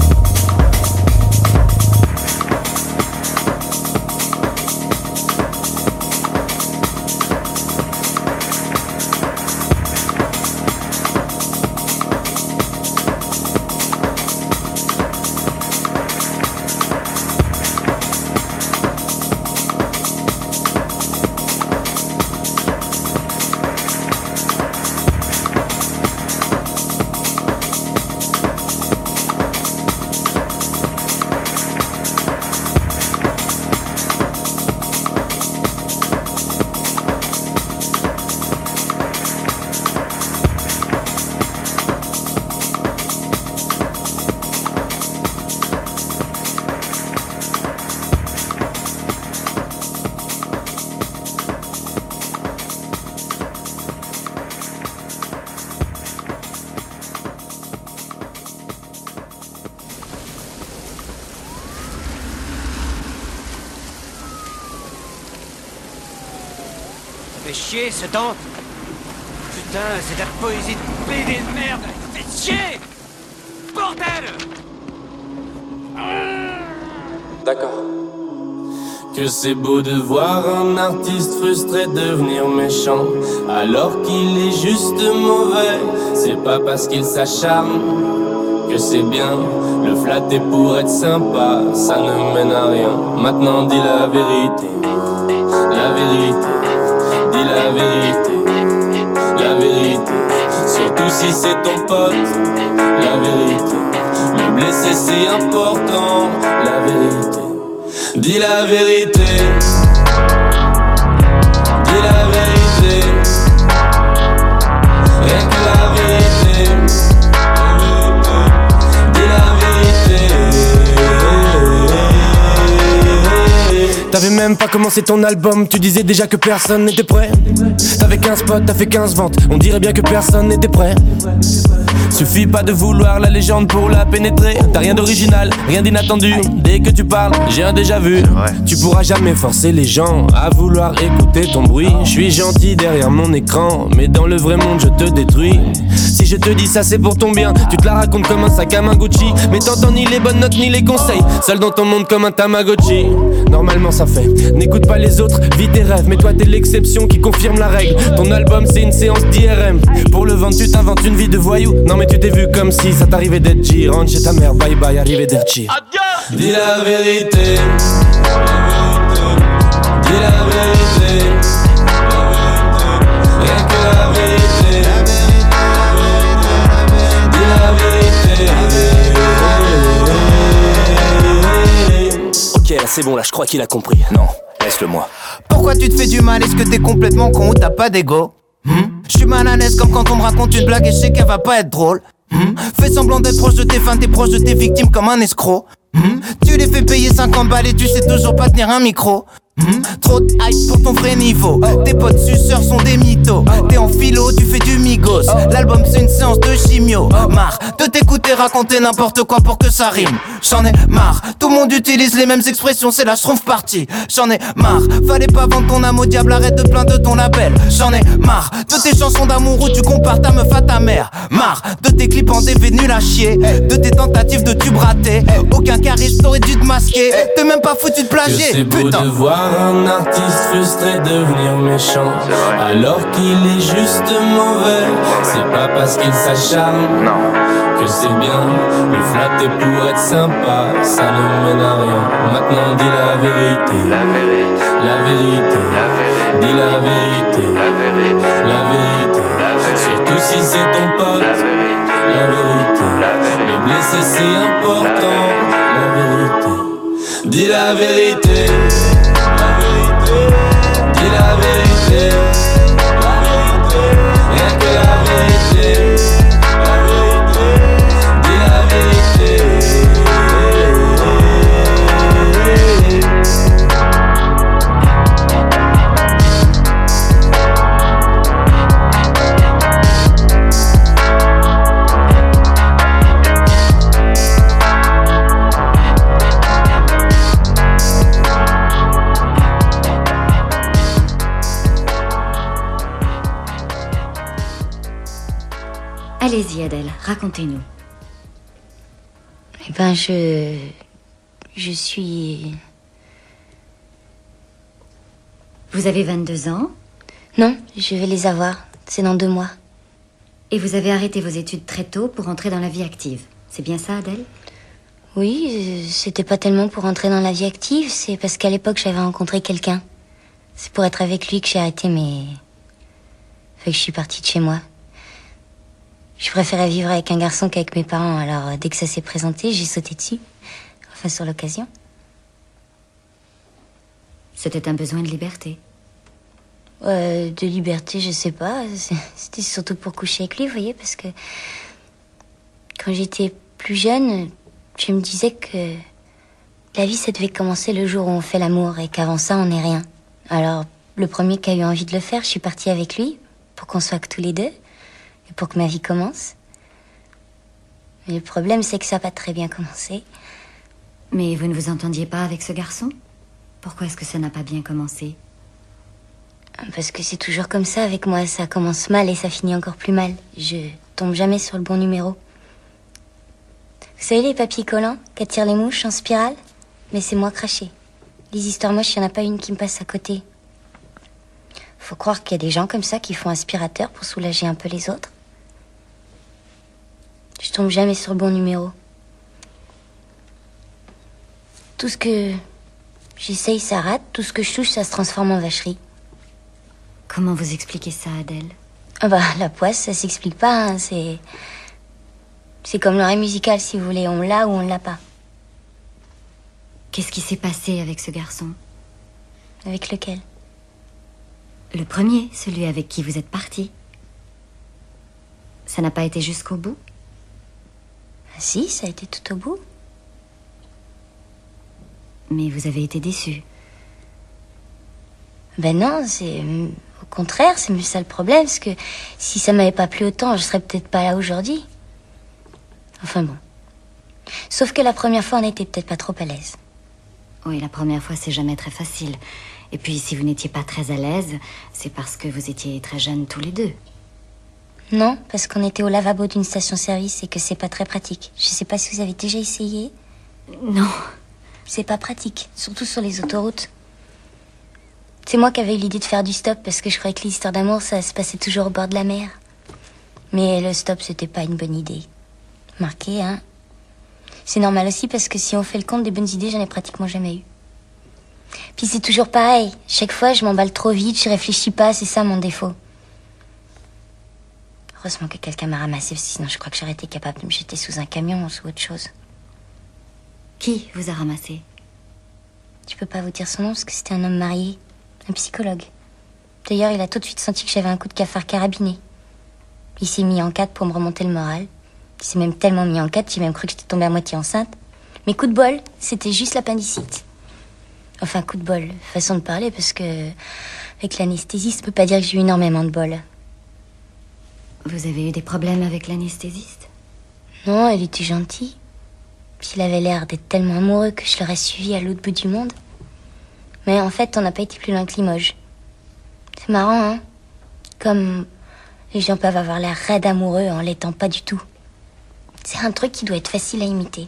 Fais chier, ce tente. Putain, c'est de la poésie de B D de merde. Fais chier. Bordel. D'accord. Que c'est beau de voir un artiste frustré devenir méchant, alors qu'il est juste mauvais. C'est pas parce qu'il s'acharne que c'est bien. Le flatter pour être sympa, ça ne mène à rien. Maintenant dis la vérité, la vérité. Dis la vérité, la vérité. Surtout si c'est ton pote, la vérité. Le blesser c'est important, la vérité. Dis la vérité, dis la vérité. Rien que la vérité, dis la vérité. T'avais même pas commencé ton album, tu disais déjà que personne n'était prêt. T'avais quinze potes, t'as fait quinze ventes, on dirait bien que personne n'était prêt. Suffit pas de vouloir la légende pour la pénétrer. T'as rien d'original, rien d'inattendu. Dès que tu parles, j'ai un déjà vu. Tu pourras jamais forcer les gens à vouloir écouter ton bruit. Je suis gentil derrière mon écran, mais dans le vrai monde je te détruis. Si je te dis ça c'est pour ton bien, tu te la racontes comme un sac à main Gucci, mais t'entends ni les bonnes notes ni les conseils. Seul dans ton monde comme un Tamagotchi. Normalement ça fait, n'écoute pas les autres, vis tes rêves. Mais toi t'es l'exception qui confirme la règle. Ton album c'est une séance d'I R M. Pour le vendre tu t'inventes une vie de voyou. Non mais tu t'es vu comme si ça t'arrivait d'être G. Rentre chez ta mère, bye bye, arrivederci. Dis la vérité, dis la vérité, rien que la vérité, dis la vérité. Ok là c'est bon là, je crois qu'il a compris. Non, laisse-le moi. Pourquoi tu te fais du mal? Est-ce que t'es complètement con ou t'as pas d'ego? hmm Je suis mal à l'aise comme quand on me raconte une blague et je sais qu'elle va pas être drôle. hmm Fais semblant d'être proche de tes fans, t'es proche de tes victimes comme un escroc. hmm Tu les fais payer cinquante balles et tu sais toujours pas tenir un micro. Hmm, trop de hype pour ton vrai niveau. Tes potes suceurs sont des mythos. T'es en philo, tu fais du migos. L'album c'est une séance de chimio. Marre de t'écouter raconter n'importe quoi pour que ça rime. J'en ai marre, tout le monde utilise les mêmes expressions, c'est la schtroumpf partie. J'en ai marre, fallait pas vendre ton âme au diable, arrête de plaindre de ton label. J'en ai marre de tes chansons d'amour où tu compares ta meuf à ta mère. Marre de tes clips en D V nuls à chier, de tes tentatives de tube raté. Aucun charisme t'aurait dû te masquer. T'es même pas foutu de plagier. C'est beau de voir un artiste frustré devenir méchant alors qu'il est juste mauvais. C'est pas parce qu'il s'acharne que c'est bien. Le flatter pour être sympa, ça ne mène à rien. Maintenant dis la vérité, la vérité, la vérité, la vérité. Dis la vérité, la vérité, la vérité, la vérité. Surtout si c'est ton pote, la vérité, la vérité, la vérité. Le blesser c'est important, la vérité. Dis la vérité, la vérité, dis la vérité, la vérité, rien que la vérité, la vérité, dis la vérité. Allez-y Adèle, racontez-nous. Eh ben je... Je suis... Vous avez vingt-deux ans? Non, je vais les avoir. C'est dans deux mois. Et vous avez arrêté vos études très tôt pour entrer dans la vie active. C'est bien ça Adèle? Oui, c'était pas tellement pour entrer dans la vie active, c'est parce qu'à l'époque j'avais rencontré quelqu'un. C'est pour être avec lui que j'ai arrêté mes... Fait que je suis partie de chez moi. Je préférais vivre avec un garçon qu'avec mes parents, alors dès que ça s'est présenté, j'ai sauté dessus. Enfin, sur l'occasion. C'était un besoin de liberté. Euh, de liberté, je sais pas. C'était surtout pour coucher avec lui, vous voyez, parce que... Quand j'étais plus jeune, je me disais que... La vie, ça devait commencer le jour où on fait l'amour, et qu'avant ça, on n'est rien. Alors, le premier qui a eu envie de le faire, je suis partie avec lui, pour qu'on soit que tous les deux. Et pour que ma vie commence. Mais le problème, c'est que ça n'a pas très bien commencé. Mais vous ne vous entendiez pas avec ce garçon? Pourquoi est-ce que ça n'a pas bien commencé? Parce que c'est toujours comme ça avec moi. Ça commence mal et ça finit encore plus mal. Je tombe jamais sur le bon numéro. Vous savez les papiers collants qui attirent les mouches en spirale? Mais c'est moi craché. Les histoires moches, il n'y en a pas une qui me passe à côté. Faut croire qu'il y a des gens comme ça qui font aspirateur pour soulager un peu les autres. Je tombe jamais sur le bon numéro. Tout ce que j'essaye, ça rate. Tout ce que je touche, ça se transforme en vacherie. Comment vous expliquez ça, Adèle? Ah bah, la poisse, ça s'explique pas, hein. C'est... C'est comme l'oreille musicale, si vous voulez. On l'a ou on l'a pas. Qu'est-ce qui s'est passé avec ce garçon? Avec lequel? Le premier, celui avec qui vous êtes parti. Ça n'a pas été jusqu'au bout? Ah si, ça a été tout au bout. Mais vous avez été déçu. Ben non, c'est... Au contraire, c'est ça le problème, parce que si ça m'avait pas plu autant, je serais peut-être pas là aujourd'hui. Enfin bon. Sauf que la première fois, on n'était peut-être pas trop à l'aise. Oui, la première fois, c'est jamais très facile. Et puis, si vous n'étiez pas très à l'aise, c'est parce que vous étiez très jeunes tous les deux. Non, parce qu'on était au lavabo d'une station-service et que c'est pas très pratique. Je sais pas si vous avez déjà essayé. Non. C'est pas pratique, surtout sur les autoroutes. C'est moi qui avais eu l'idée de faire du stop parce que je croyais que l'histoire d'amour, ça se passait toujours au bord de la mer. Mais le stop, c'était pas une bonne idée. Marqué, hein. C'est normal aussi parce que si on fait le compte des bonnes idées, j'en ai pratiquement jamais eu. Puis c'est toujours pareil. Chaque fois, je m'emballe trop vite, je réfléchis pas, c'est ça mon défaut. Heureusement que quelqu'un m'a ramassé, sinon je crois que j'aurais été capable de me jeter sous un camion ou sous autre chose. Qui vous a ramassé? Je peux pas vous dire son nom parce que c'était un homme marié, un psychologue. D'ailleurs, il a tout de suite senti que j'avais un coup de cafard carabiné. Il s'est mis en quatre pour me remonter le moral. Il s'est même tellement mis en quatre, j'ai même cru que j'étais tombée à moitié enceinte. Mais coup de bol, c'était juste l'appendicite. Enfin, coup de bol, façon de parler, parce que avec l'anesthésiste, je peux pas dire que j'ai eu énormément de bol. Vous avez eu des problèmes avec l'anesthésiste? Non, elle était gentille. Puis il avait l'air d'être tellement amoureux que je l'aurais suivi à l'autre bout du monde. Mais en fait, on n'a pas été plus loin que Limoges. C'est marrant, hein? Comme les gens peuvent avoir l'air raides amoureux en l'étant pas du tout. C'est un truc qui doit être facile à imiter.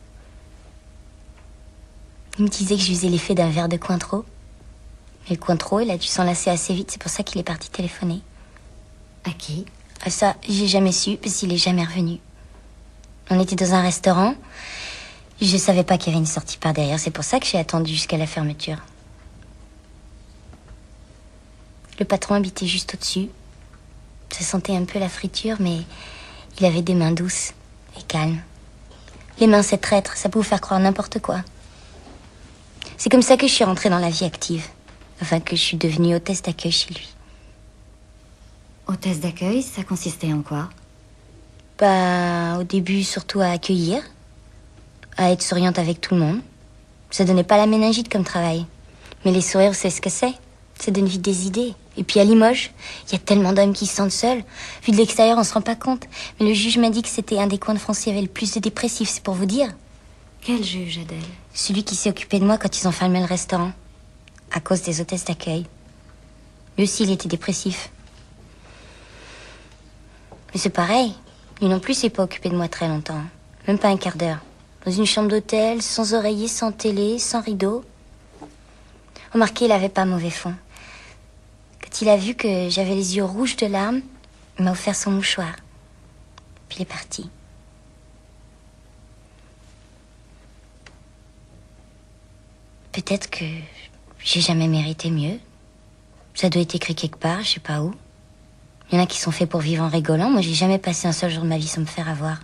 Il me disait que je faisais l'effet d'un verre de Cointreau. Mais le Cointreau, il a dû s'enlacer assez vite, c'est pour ça qu'il est parti téléphoner. À qui? Ah, ça, j'ai jamais su, parce qu'il est jamais revenu. On était dans un restaurant. Je savais pas qu'il y avait une sortie par derrière, c'est pour ça que j'ai attendu jusqu'à la fermeture. Le patron habitait juste au-dessus. Ça sentait un peu la friture, mais il avait des mains douces et calmes. Les mains, c'est traître, ça peut vous faire croire n'importe quoi. C'est comme ça que je suis rentrée dans la vie active. Enfin, que je suis devenue hôtesse d'accueil chez lui. Hôtesse d'accueil, ça consistait en quoi? Bah, au début, surtout à accueillir, à être souriante avec tout le monde. Ça donnait pas la méningite comme travail. Mais les sourires, c'est ce que c'est. Ça donne vite des idées. Et puis à Limoges, il y a tellement d'hommes qui se sentent seuls. Vu de l'extérieur, on se rend pas compte. Mais le juge m'a dit que c'était un des coins de France qui avait le plus de dépressifs, c'est pour vous dire. Quel juge, Adèle? Celui qui s'est occupé de moi quand ils ont fermé le restaurant. À cause des hôtesses d'accueil. Lui aussi, il était dépressif. Mais c'est pareil. Lui non plus s'est pas occupé de moi très longtemps. Même pas un quart d'heure. Dans une chambre d'hôtel, sans oreiller, sans télé, sans rideau. Remarquez, il avait pas mauvais fond. Quand il a vu que j'avais les yeux rouges de larmes, il m'a offert son mouchoir. Puis il est parti. Peut-être que j'ai jamais mérité mieux. Ça doit être écrit quelque part, je sais pas où. Il y en a qui sont faits pour vivre en rigolant. Moi, j'ai jamais passé un seul jour de ma vie sans me faire avoir.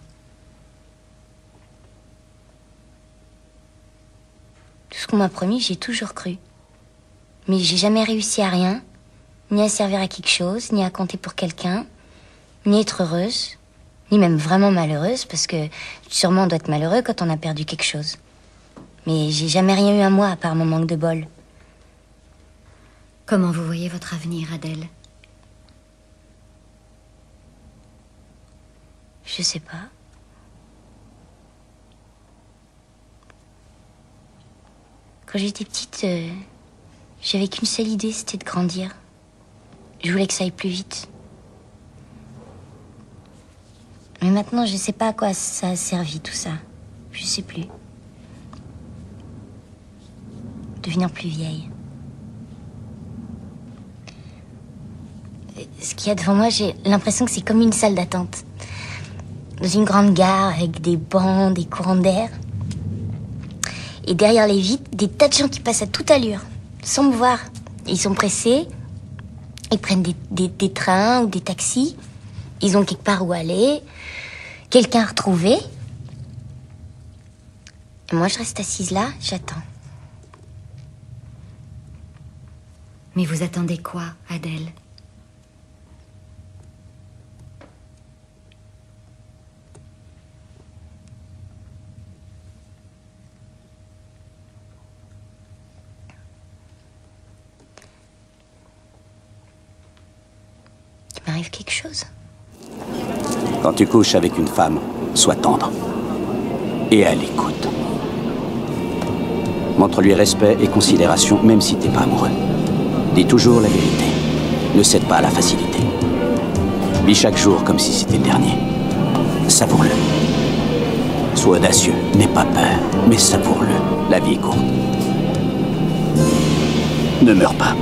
Tout ce qu'on m'a promis, j'ai toujours cru. Mais j'ai jamais réussi à rien, ni à servir à quelque chose, ni à compter pour quelqu'un, ni être heureuse, ni même vraiment malheureuse, parce que sûrement on doit être malheureux quand on a perdu quelque chose. Mais j'ai jamais rien eu à moi, à part mon manque de bol. Comment vous voyez votre avenir, Adèle? Je sais pas. Quand j'étais petite, euh, j'avais qu'une seule idée, c'était de grandir. Je voulais que ça aille plus vite. Mais maintenant, je sais pas à quoi ça a servi tout ça. Je sais plus. Devenir plus vieille. Ce qu'il y a devant moi, j'ai l'impression que c'est comme une salle d'attente. Dans une grande gare avec des bancs, des courants d'air. Et derrière les vitres, des tas de gens qui passent à toute allure, sans me voir. Ils sont pressés, ils prennent des, des, des trains ou des taxis, ils ont quelque part où aller, quelqu'un à retrouver. Et moi, je reste assise là, j'attends. Mais vous attendez quoi, Adèle? Il m'arrive quelque chose. Quand tu couches avec une femme, sois tendre. Et à l'écoute. Montre-lui respect et considération, même si t'es pas amoureux. Dis toujours la vérité. Ne cède pas à la facilité. Vis chaque jour comme si c'était le dernier. Savoure-le. Sois audacieux, n'aie pas peur, mais savoure-le. La vie est courte. Ne meurs pas.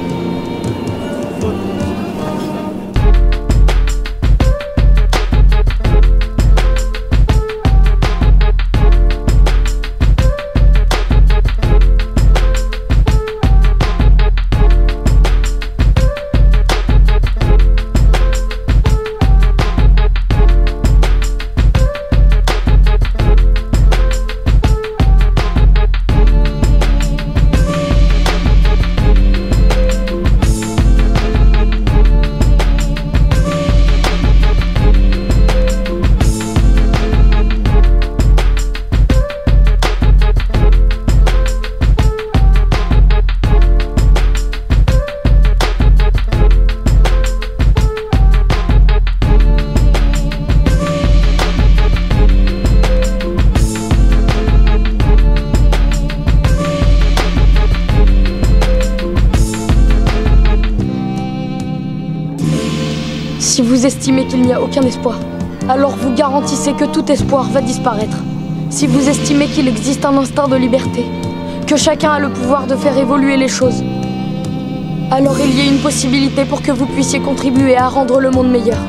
Si vous estimez qu'il n'y a aucun espoir, alors vous garantissez que tout espoir va disparaître. Si vous estimez qu'il existe un instinct de liberté, que chacun a le pouvoir de faire évoluer les choses, alors il y a une possibilité pour que vous puissiez contribuer à rendre le monde meilleur.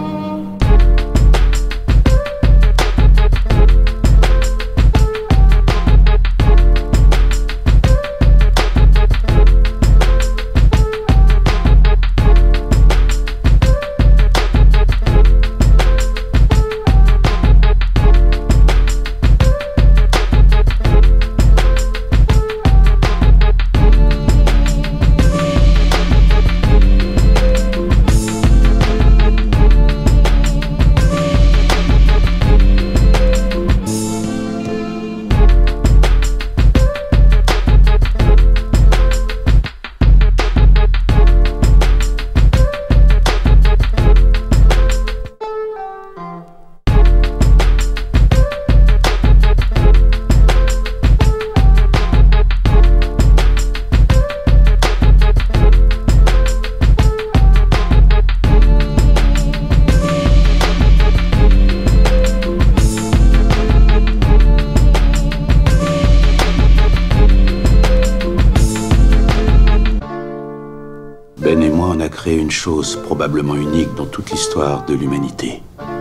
Ben et moi, on a créé une chose probablement unique dans toute l'histoire de l'humanité.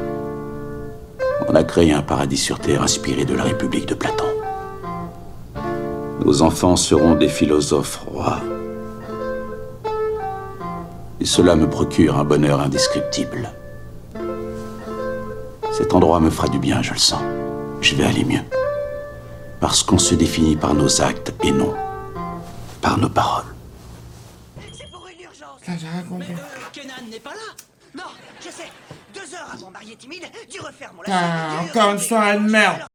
On a créé un paradis sur Terre inspiré de la République de Platon. Nos enfants seront des philosophes rois. Et cela me procure un bonheur indescriptible. Cet endroit me fera du bien, je le sens. Je vais aller mieux. Parce qu'on se définit par nos actes et non par nos paroles. Ça, j'ai rien compris. Kenan n'est pas là. Non, je sais. Deux heures avant marié timide, tu refermes la... Putain, encore une soirée de merde.